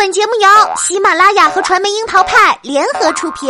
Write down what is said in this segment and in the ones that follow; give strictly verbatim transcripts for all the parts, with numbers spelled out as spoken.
本节目由喜马拉雅和传媒樱桃派联合出品。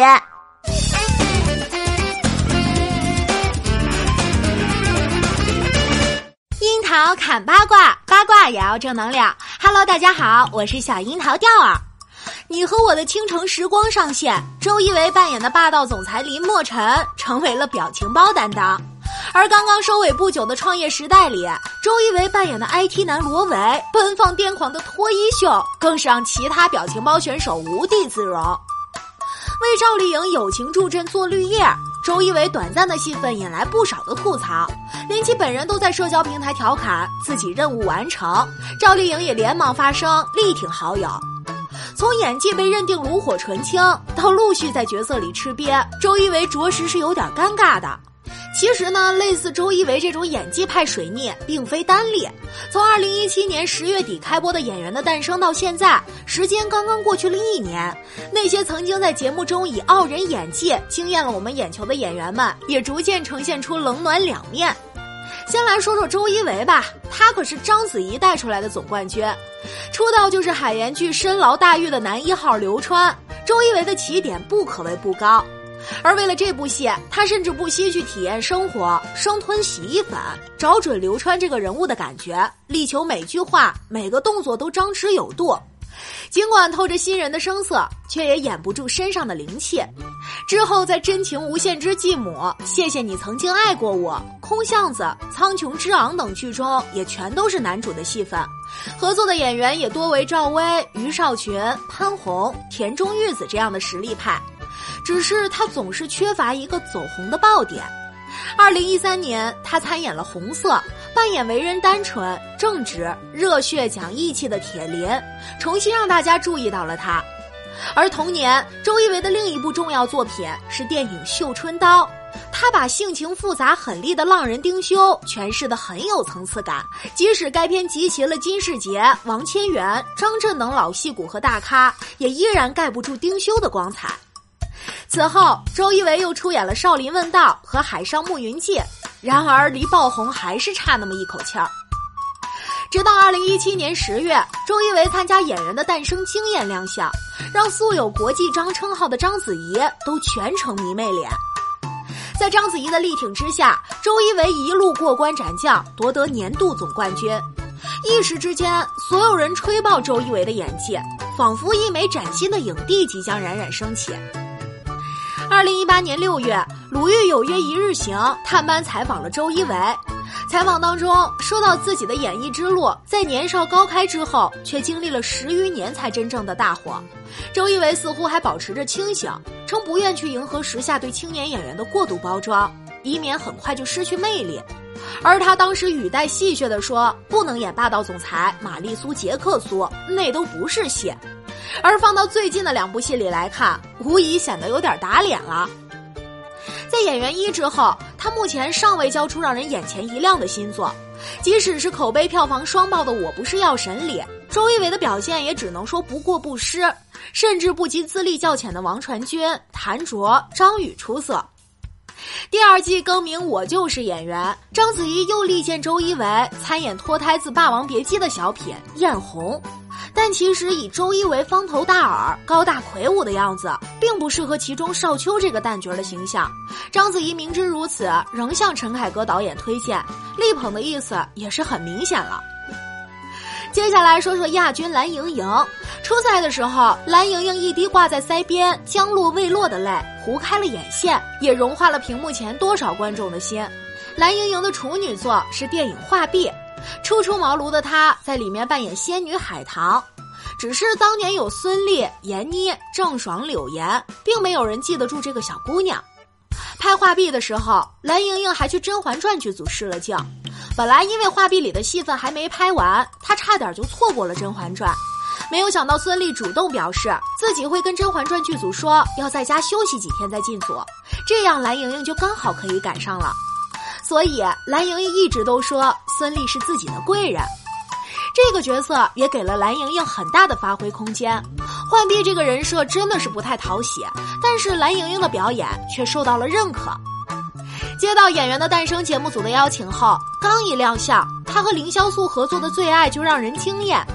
樱桃砍八卦，八卦也要正能量。Hello， 大家好，我是小樱桃调儿。你和我的倾城时光上线，周一围扮演的霸道总裁林墨尘成为了表情包担当。而刚刚收尾不久的创业时代里，周一围扮演的 I T 男罗维奔放癫狂的脱衣秀更是让其他表情包选手无地自容。为赵丽颖友情助阵做绿叶，周一围短暂的戏份引来不少的吐槽，连其本人都在社交平台调侃自己任务完成，赵丽颖也连忙发声力挺好友。从演技被认定炉火纯青到陆续在角色里吃瘪，周一围着实是有点尴尬的。其实呢，类似周一围这种演技派水逆并非单例。从二零一七年十月底开播的《演员的诞生》到现在，时间刚刚过去了一年，那些曾经在节目中以傲人演技惊艳了我们眼球的演员们，也逐渐呈现出冷暖两面。先来说说周一围吧，他可是章子怡带出来的总冠军，出道就是海盐剧深牢大狱的男一号流川，周一围的起点不可谓不高。而为了这部戏，他甚至不惜去体验生活，生吞洗衣粉，找准流川这个人物的感觉，力求每句话每个动作都张弛有度。尽管透着新人的声色，却也掩不住身上的灵气。之后在《真情无限之继母》、谢谢你曾经爱过我、空巷子、苍穹之昂等剧中也全都是男主的戏份，合作的演员也多为赵薇、于少群、潘虹、田中裕子这样的实力派，只是他总是缺乏一个走红的爆点。二零一三年，他参演了《红色》，扮演为人单纯、正直、热血、讲义气的铁林，重新让大家注意到了他。而同年，周一围的另一部重要作品是电影《绣春刀》，他把性情复杂狠戾的浪人丁修诠释得很有层次感，即使该片集齐了金世杰、王千源、张震等老戏骨和大咖，也依然盖不住丁修的光彩。此后，周一围又出演了《少林问道》和《海上牧云记》，然而离爆红还是差那么一口气儿。直到二零一七年十月，周一围参加《演员的诞生》惊艳亮相，让素有国际章称号的章子怡都全程迷妹脸。在章子怡的力挺之下，周一围一路过关斩将，夺得年度总冠军。一时之间，所有人吹爆周一围的演技，仿佛一枚崭新的影帝即将冉冉升起。二零一八年六月，鲁豫有约一日行探班采访了周一围。采访当中说到自己的演艺之路在年少高开之后，却经历了十余年才真正的大火。周一围似乎还保持着清醒，称不愿去迎合时下对青年演员的过度包装，以免很快就失去魅力。而他当时语带戏谑地说，不能演霸道总裁玛丽苏杰克苏，那都不是戏。而放到最近的两部戏里来看，无疑显得有点打脸了。在演员一之后，他目前尚未交出让人眼前一亮的新作，即使是口碑票房双爆的《我不是药神》里，周一围的表现也只能说不过不失，甚至不及资历较浅的王传君、谭卓、张宇出色。第二季更名我就是演员，章子怡又力荐周一围参演脱胎自《霸王别姬》的小品《艳红》，但其实以周一围方头大耳、高大魁梧的样子，并不适合其中少秋这个旦角的形象。章子怡明知如此，仍向陈凯歌导演推荐，力捧的意思也是很明显了。接下来说说亚军蓝盈莹。初赛的时候，蓝盈莹一滴挂在腮边将落未落的泪糊开了眼线，也融化了屏幕前多少观众的心。蓝盈莹的处女作是电影《画壁》，初出茅庐的她在里面扮演仙女海棠，只是当年有孙俪、闫妮、郑爽、柳岩，并没有人记得住这个小姑娘。拍《画壁》的时候，蓝盈莹还去《甄嬛传》剧组试了镜，本来因为《画壁》里的戏份还没拍完，她差点就错过了《甄嬛传》。没有想到孙俪主动表示自己会跟《甄嬛传》剧组说要在家休息几天再进组，这样蓝盈莹就刚好可以赶上了。所以蓝盈莹一直都说孙俪是自己的贵人，这个角色也给了蓝盈莹很大的发挥空间。浣碧这个人设真的是不太讨喜，但是蓝盈莹的表演却受到了认可。接到《演员的诞生》节目组的邀请后，刚一亮相，她和凌潇肃合作的《最爱》就让人惊艳。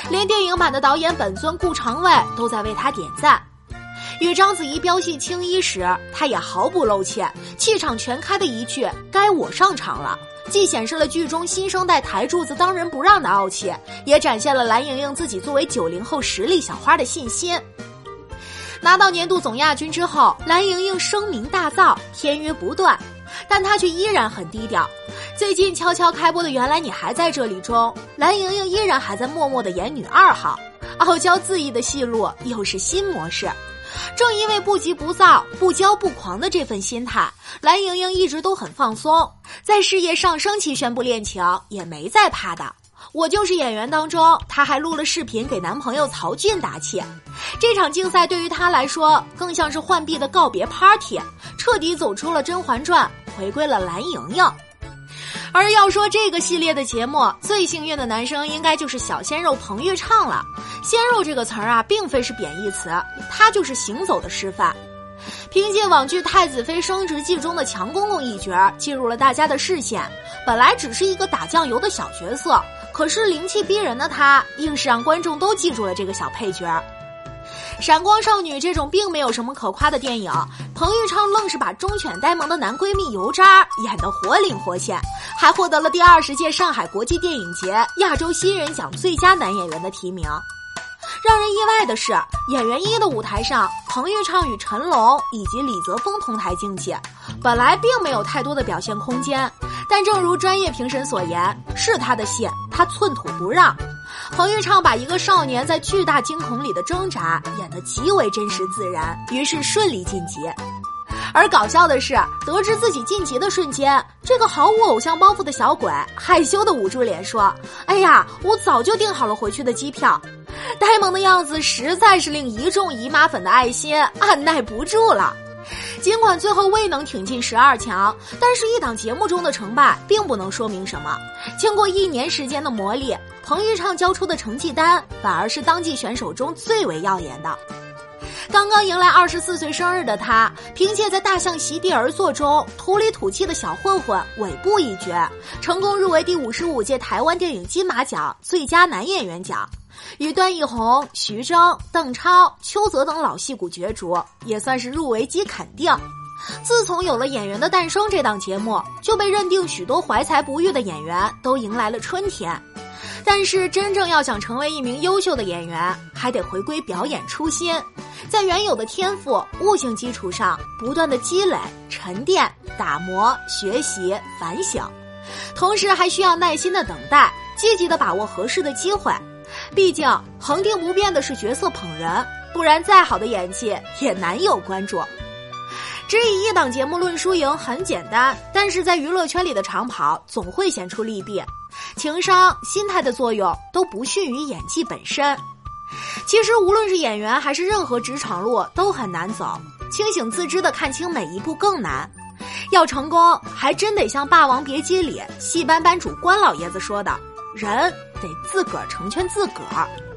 连电影版的导演本尊顾长卫都在为他点赞。与章子怡飙戏青衣时，他也毫不露怯，气场全开的一句“该我上场了”，既显示了剧中新生代台柱子当仁不让的傲气，也展现了蓝盈莹自己作为九零后实力小花的信心。拿到年度总亚军之后，蓝盈莹声名大噪，片约不断，但她却依然很低调。最近悄悄开播的《原来你还在这里》中，蓝盈莹依然还在默默地演女二号，傲娇恣意的戏路又是新模式。正因为不急不躁、不骄不狂的这份心态，蓝盈莹一直都很放松，在事业上升期宣布恋情也没再怕的。我就是演员当中，她还录了视频给男朋友曹骏打气。这场竞赛对于她来说更像是浣碧的告别 party， 彻底走出了《甄嬛传》，回归了蓝盈莹。而要说这个系列的节目，最幸运的男生应该就是小鲜肉彭昱畅了。鲜肉这个词儿啊，并非是贬义词，他就是行走的示范。凭借网剧《太子妃升职记》中的强公公一角进入了大家的视线，本来只是一个打酱油的小角色，可是灵气逼人的他，硬是让观众都记住了这个小配角。闪光少女这种并没有什么可夸的电影，彭昱畅愣是把忠犬呆萌的男闺蜜油渣演得活灵活现，还获得了第二十届上海国际电影节亚洲新人奖最佳男演员的提名。让人意外的是，演员一的舞台上，彭昱畅与陈龙以及李泽峰同台竞技，本来并没有太多的表现空间，但正如专业评审所言，是他的戏，他寸土不让。彭昱畅把一个少年在巨大惊恐里的挣扎演得极为真实自然，于是顺利晋级。而搞笑的是，得知自己晋级的瞬间，这个毫无偶像包袱的小鬼害羞地捂住脸说：“哎呀，我早就订好了回去的机票。”呆萌的样子实在是令一众姨妈粉的爱心按耐不住了。尽管最后未能挺进十二强，但是一档节目中的成败并不能说明什么。经过一年时间的磨砺，彭昱畅交出的成绩单反而是当季选手中最为耀眼的。刚刚迎来二十四岁生日的他，凭借在《大象席地而坐》中土里土气的小混混尾部一角，成功入围第五十五届台湾电影金马奖最佳男演员奖。与段奕宏、徐峥、邓超、邱泽等老戏骨角逐，也算是入围即肯定。自从有了《演员的诞生》这档节目，就被认定许多怀才不遇的演员都迎来了春天。但是真正要想成为一名优秀的演员，还得回归表演初心，在原有的天赋、悟性基础上不断的积累、沉淀、打磨、学习、反省，同时还需要耐心的等待，积极的把握合适的机会。毕竟恒定不变的是角色捧人，不然再好的演技也难有关注。只以一档节目论输赢很简单，但是在娱乐圈里的长跑总会显出利弊，情商、心态的作用都不逊于演技本身。其实无论是演员还是任何职场路都很难走，清醒自知的看清每一步更难。要成功，还真得像《霸王别姬》里戏班班主关老爷子说的，人得自个儿成全自个儿。